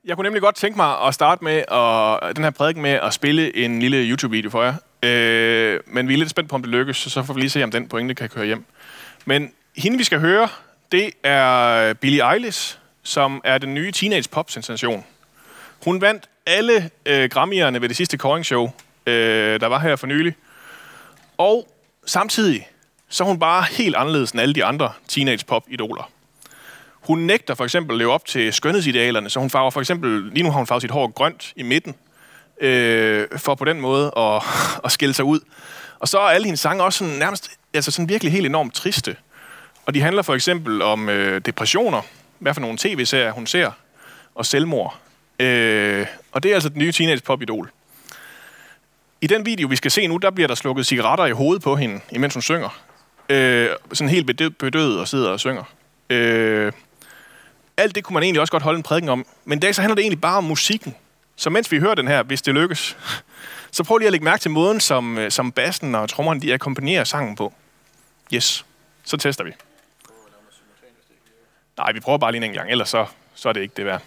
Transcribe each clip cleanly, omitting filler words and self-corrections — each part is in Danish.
Jeg kunne nemlig godt tænke mig at starte med den her prædiken med at spille en lille YouTube-video for jer. Men vi er lidt spændt på, om det lykkes, så får vi lige se, om den pointe kan køre hjem. Men hende, vi skal høre, det er Billie Eilish, som er den nye teenage-pop-sensation. Hun vandt alle Grammy'erne ved det sidste kåringsshow, der var her for nylig. Og samtidig, så er hun bare helt anderledes end alle de andre teenage-pop-idoler. Hun nægter for eksempel at leve op til skønhedsidealerne, så hun farver for eksempel, lige nu har hun farvet sit hår grønt i midten, for på den måde at skille sig ud. Og så er alle hendes sange også sådan, nærmest sådan virkelig helt enormt triste. Og de handler for eksempel om depressioner, hvad for nogle tv-serier hun ser, og selvmord. Og det er altså den nye teenage-pop-idol. I den video, vi skal se nu, der bliver der slukket cigaretter i hovedet på hende, imens hun synger. Sådan helt bedøvet og sidder og synger. Alt det kunne man egentlig også godt holde en prædiken om. Men i dag så handler det egentlig bare om musikken. Så mens vi hører den her, hvis det lykkes, så prøv lige at lægge mærke til måden, som bassen og trommerne de akkompagnerer sangen på. Yes, så tester vi. Nej, vi prøver bare lige en gang, ellers så er det ikke det værd.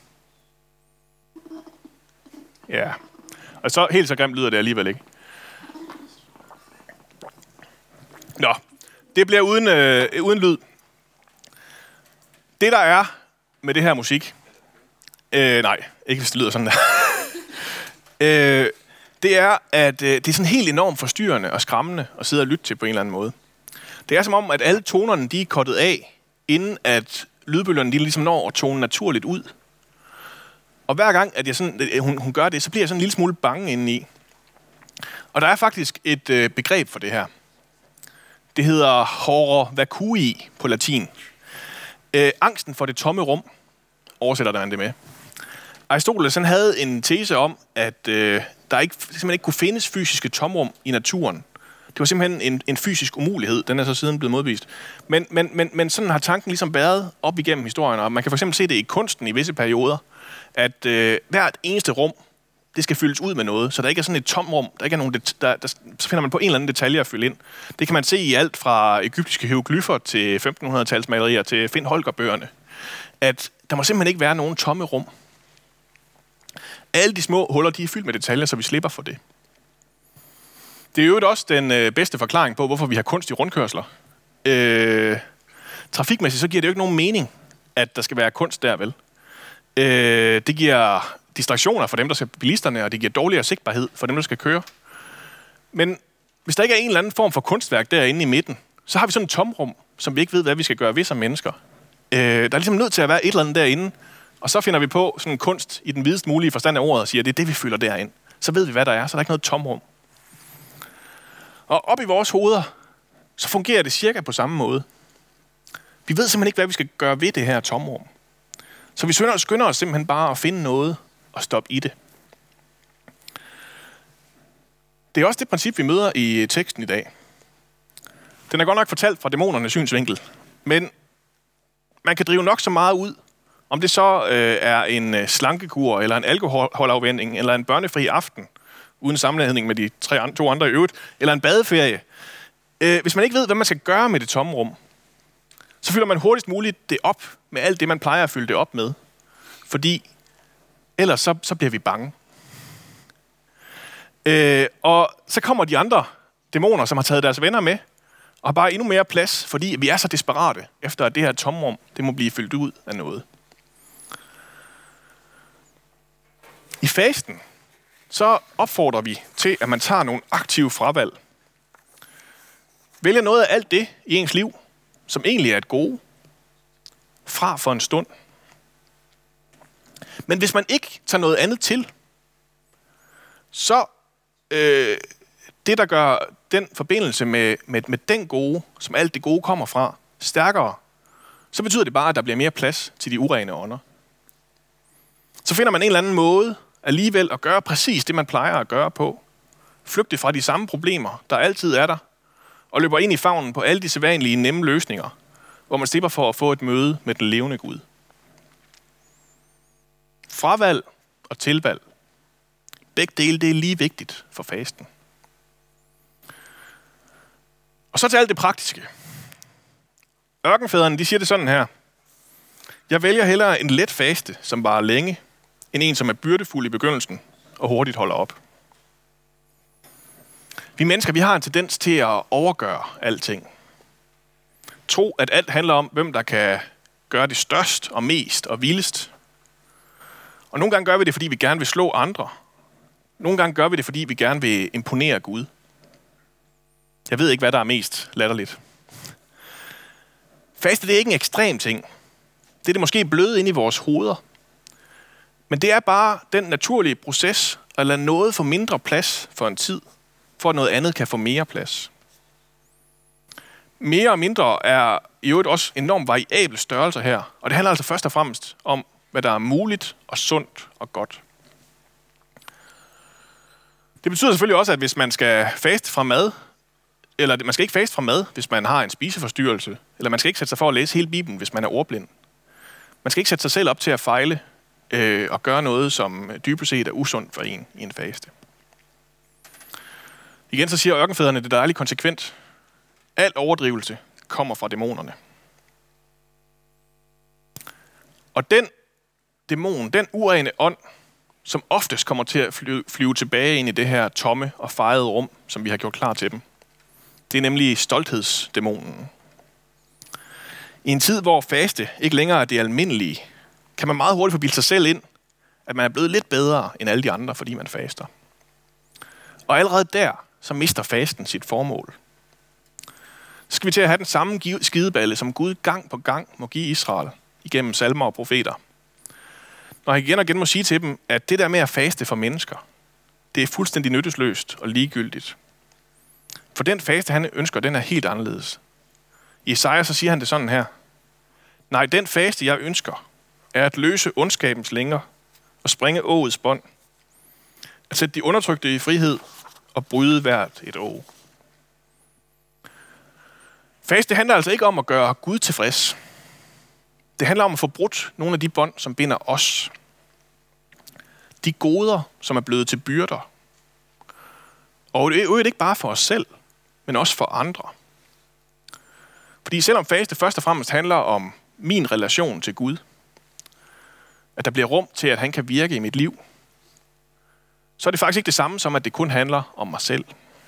Ja, og så helt så grimt lyder det alligevel ikke. Nå, det bliver uden lyd. Det der er med det her musik, nej, ikke hvis det lyder sådan der, det er, at det er sådan helt enormt forstyrrende og skræmmende at sidde og lytte til på en eller anden måde. Det er som om, at alle tonerne de er kottet af, inden at lydbølgerne de ligesom når at tone naturligt ud. Og hver gang, at hun gør det, så bliver jeg sådan en lille smule bange indeni. Og der er faktisk et begreb for det her. Det hedder horror vacui på latin. Angsten for det tomme rum, oversætter man det med. Aristoteles havde en tese om, at der simpelthen ikke kunne findes fysiske tomrum i naturen. Det var simpelthen en fysisk umulighed. Den er så siden blevet modbevist. Men sådan har tanken ligesom været op igennem historien, og man kan for eksempel se det i kunsten i visse perioder, at hvert eneste rum, det skal fyldes ud med noget, så der ikke er sådan et tomrum, der ikke er nogen så finder man på en eller anden detalje at fylde ind. Det kan man se i alt fra egyptiske hieroglyffer til 1500-talsmalerier til Finn Holger-bøgerne, at der må simpelthen ikke være nogen tomme rum. Alle de små huller, de er fyldt med detaljer, så vi slipper for det. Det er jo også den bedste forklaring på, hvorfor vi har kunst i rundkørsler. Trafikmæssigt så giver det jo ikke nogen mening, at der skal være kunst der, vel? Det giver distraktioner for dem, der skal bilisterne, og det giver dårligere sigtbarhed for dem, der skal køre. Men hvis der ikke er en eller anden form for kunstværk derinde i midten, så har vi sådan et tomrum, som vi ikke ved, hvad vi skal gøre ved som mennesker. Der er ligesom nødt til at være et eller andet derinde, og så finder vi på sådan en kunst i den videst mulige forstand af ordet og siger, at det er det, vi fylder derind. Så ved vi, hvad der er, så der er ikke noget tomrum. Og op i vores hoveder, så fungerer det cirka på samme måde. Vi ved simpelthen ikke, hvad vi skal gøre ved det her tomrum. Så vi skynder os simpelthen bare at finde noget og stoppe i det. Det er også det princip, vi møder i teksten i dag. Den er godt nok fortalt fra dæmonernes synsvinkel, men man kan drive nok så meget ud, om det så er en slankekur, eller en alkoholafvænning, eller en børnefri aften, uden sammenligning med de to andre i øvrigt, eller en badeferie. Hvis man ikke ved, hvad man skal gøre med det tomrum, så fylder man hurtigst muligt det op med alt det, man plejer at fylde det op med. Fordi ellers så bliver vi bange. Og så kommer de andre dæmoner, som har taget deres venner med, og har bare endnu mere plads, fordi vi er så desperate, efter at det her tomrum, det må blive fyldt ud af noget. I fasten, så opfordrer vi til, at man tager nogle aktive fravalg. Vælger noget af alt det i ens liv, som egentlig er et gode, fra for en stund. Men hvis man ikke tager noget andet til, så det, der gør den forbindelse med den gode, som alt det gode kommer fra, stærkere, så betyder det bare, at der bliver mere plads til de urene ånder. Så finder man en eller anden måde alligevel at gøre præcis det, man plejer at gøre på. Flygte fra de samme problemer, der altid er der, og løber ind i favnen på alle de sædvanlige nemme løsninger, hvor man slipper for at få et møde med den levende Gud. Fravalg og tilvalg. Begge dele, det er lige vigtigt for fasten. Og så til alt det praktiske. Ørkenfædrene, de siger det sådan her. Jeg vælger hellere en let faste, som varer længe, end en, som er byrdefuld i begyndelsen og hurtigt holder op. Vi mennesker, vi har en tendens til at overgøre alting. Tro, at alt handler om, hvem der kan gøre det størst og mest og vildest. Og nogle gange gør vi det, fordi vi gerne vil slå andre. Nogle gange gør vi det, fordi vi gerne vil imponere Gud. Jeg ved ikke, hvad der er mest latterligt. Faste, det er ikke en ekstrem ting. Det er det måske bløde ind i vores hoveder. Men det er bare den naturlige proces at lade noget få mindre plads for en tid, for at noget andet kan få mere plads. Mere og mindre er i øvrigt også enormt variable størrelser her, og det handler altså først og fremmest om, hvad der er muligt og sundt og godt. Det betyder selvfølgelig også, at hvis man skal faste fra mad, eller man skal ikke faste fra mad, hvis man har en spiseforstyrrelse, eller man skal ikke sætte sig for at læse hele Bibelen, hvis man er ordblind. Man skal ikke sætte sig selv op til at fejle og gøre noget, som dybest set er usundt for en i en faste. Igen så siger ørkenfædrene det dejligt konsekvent. Al overdrivelse kommer fra dæmonerne. Og den dæmon, den urene ånd, som oftest kommer til at flyve tilbage ind i det her tomme og fejede rum, som vi har gjort klar til dem. Det er nemlig stolthedsdæmonen. I en tid, hvor faste ikke længere er det almindelige, kan man meget hurtigt få bildt sig selv ind, at man er blevet lidt bedre end alle de andre, fordi man faster. Og allerede der, så mister fasten sit formål. Så skal vi til at have den samme skideballe, som Gud gang på gang må give Israel igennem salmer og profeter. Når han igen og igen må sige til dem, at det der med at faste for mennesker, det er fuldstændig nyttesløst og ligegyldigt. For den faste, han ønsker, den er helt anderledes. I Esaja så siger han det sådan her. Nej, den faste, jeg ønsker, er at løse ondskabens længer og springe ågets bånd. At sætte de undertrykte i frihed og bryde hvert et åg. Faste handler altså ikke om at gøre Gud tilfreds. Det handler om at få brudt nogle af de bånd, som binder os. De goder, som er blevet til byrder. Og det er ikke bare for os selv, men også for andre. Fordi selvom faste først og fremmest handler om min relation til Gud, at der bliver rum til, at han kan virke i mit liv, så er det faktisk ikke det samme som, at det kun handler om mig selv.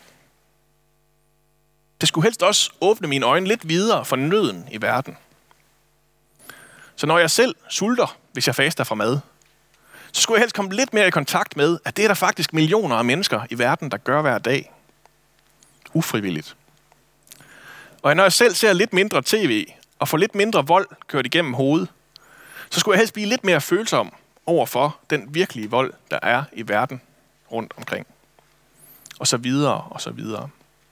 Det skulle helst også åbne mine øjne lidt videre for nøden i verden. Så når jeg selv sulter, hvis jeg faster fra mad, så skulle jeg helst komme lidt mere i kontakt med, at det er der faktisk millioner af mennesker i verden, der gør hver dag. Ufrivilligt. Og når jeg selv ser lidt mindre tv og får lidt mindre vold kørt igennem hovedet, så skulle jeg helst blive lidt mere følsom over for den virkelige vold, der er i verden rundt omkring. Og så videre, og så videre.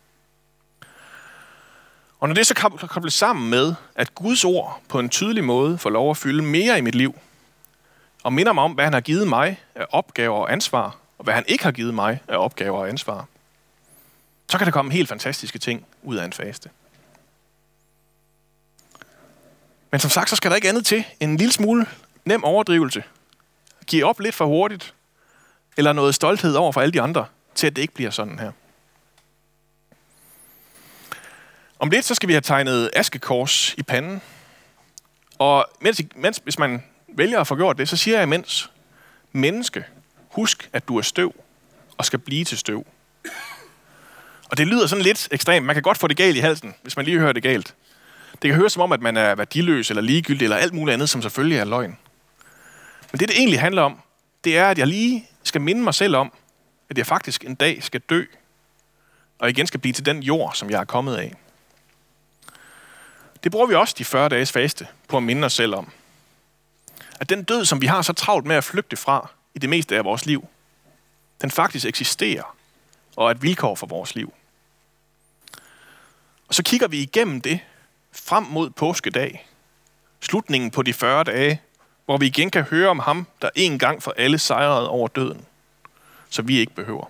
Og når det så kobles sammen med, at Guds ord på en tydelig måde får lov at fylde mere i mit liv, og minder mig om, hvad han har givet mig af opgaver og ansvar, og hvad han ikke har givet mig af opgaver og ansvar, så kan der komme helt fantastiske ting ud af en faste. Men som sagt, så skal der ikke andet til en lille smule nem overdrivelse. Giv op lidt for hurtigt, eller noget stolthed over for alle de andre, til at det ikke bliver sådan her. Om lidt, så skal vi have tegnet askekors i panden. Og hvis man vælger at få gjort det, så siger jeg imens, menneske, husk, at du er støv, og skal blive til støv. Og det lyder sådan lidt ekstremt. Man kan godt få det galt i halsen, hvis man lige hører det galt. Det kan høres som om, at man er værdiløs, eller ligegyldig, eller alt muligt andet, som selvfølgelig er løgn. Men det egentlig handler om, det er, at jeg lige skal minde mig selv om, at jeg faktisk en dag skal dø, og igen skal blive til den jord, som jeg er kommet af. Det bruger vi også de 40 dages faste på at minde os selv om. At den død, som vi har så travlt med at flygte fra i det meste af vores liv, den faktisk eksisterer og er et vilkår for vores liv. Og så kigger vi igennem det frem mod påskedag, slutningen på de 40 dage, hvor vi igen kan høre om ham, der en gang for alle sejrede over døden, så vi ikke behøver.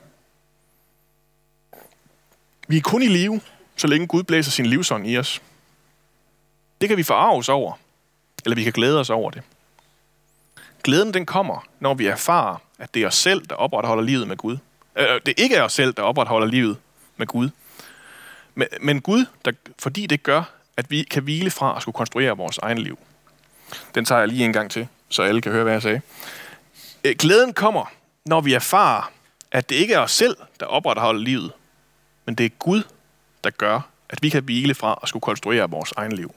Vi er kun i live, så længe Gud blæser sin livsånd i os. Det kan vi forarves over, eller vi kan glæde os over det. Glæden den kommer, når vi erfarer, at det er os selv, der opretholder livet med Gud. Det ikke er os selv, der opretholder livet med Gud. Men Gud, fordi det gør, at vi kan hvile fra at skulle konstruere vores egen liv. Den tager jeg lige en gang til, så alle kan høre, hvad jeg sagde. Glæden kommer, når vi erfarer, at det ikke er os selv, der opretholder livet, men det er Gud, der gør, at vi kan hvile fra at skulle konstruere vores egen liv.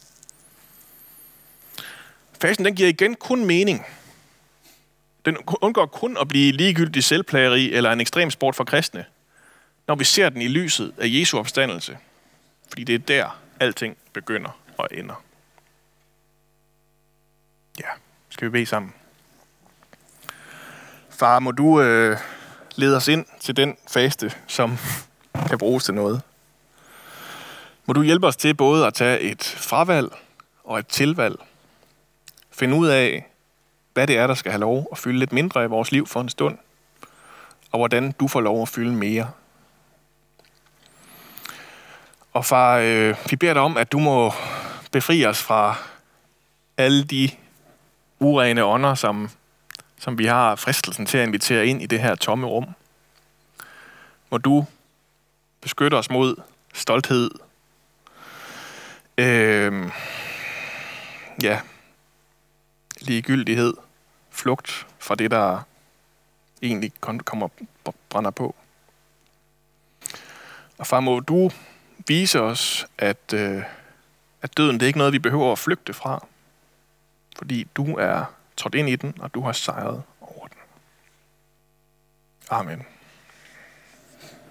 Fasten, den giver igen kun mening. Den undgår kun at blive ligegyldig selvplageri eller en ekstrem sport for kristne, når vi ser den i lyset af Jesu opstandelse. Fordi det er der, alting begynder og ender. Ja, skal vi bede sammen? Far, må du lede os ind til den faste, som kan bruges til noget. Må du hjælpe os til både at tage et fravalg og et tilvalg. Finde ud af, hvad det er, der skal have lov at fylde lidt mindre i vores liv for en stund, og hvordan du får lov at fylde mere. Og far, vi beder dig om, at du må befri os fra alle de urene ånder, som vi har fristelsen til at invitere ind i det her tomme rum. Må du beskytte os mod stolthed, ligegyldighed, flugt fra det, der egentlig kommer brænder på. Og far, må du vise os, at døden det er ikke noget, vi behøver at flygte fra, fordi du er trådt ind i den, og du har sejret over den. Amen.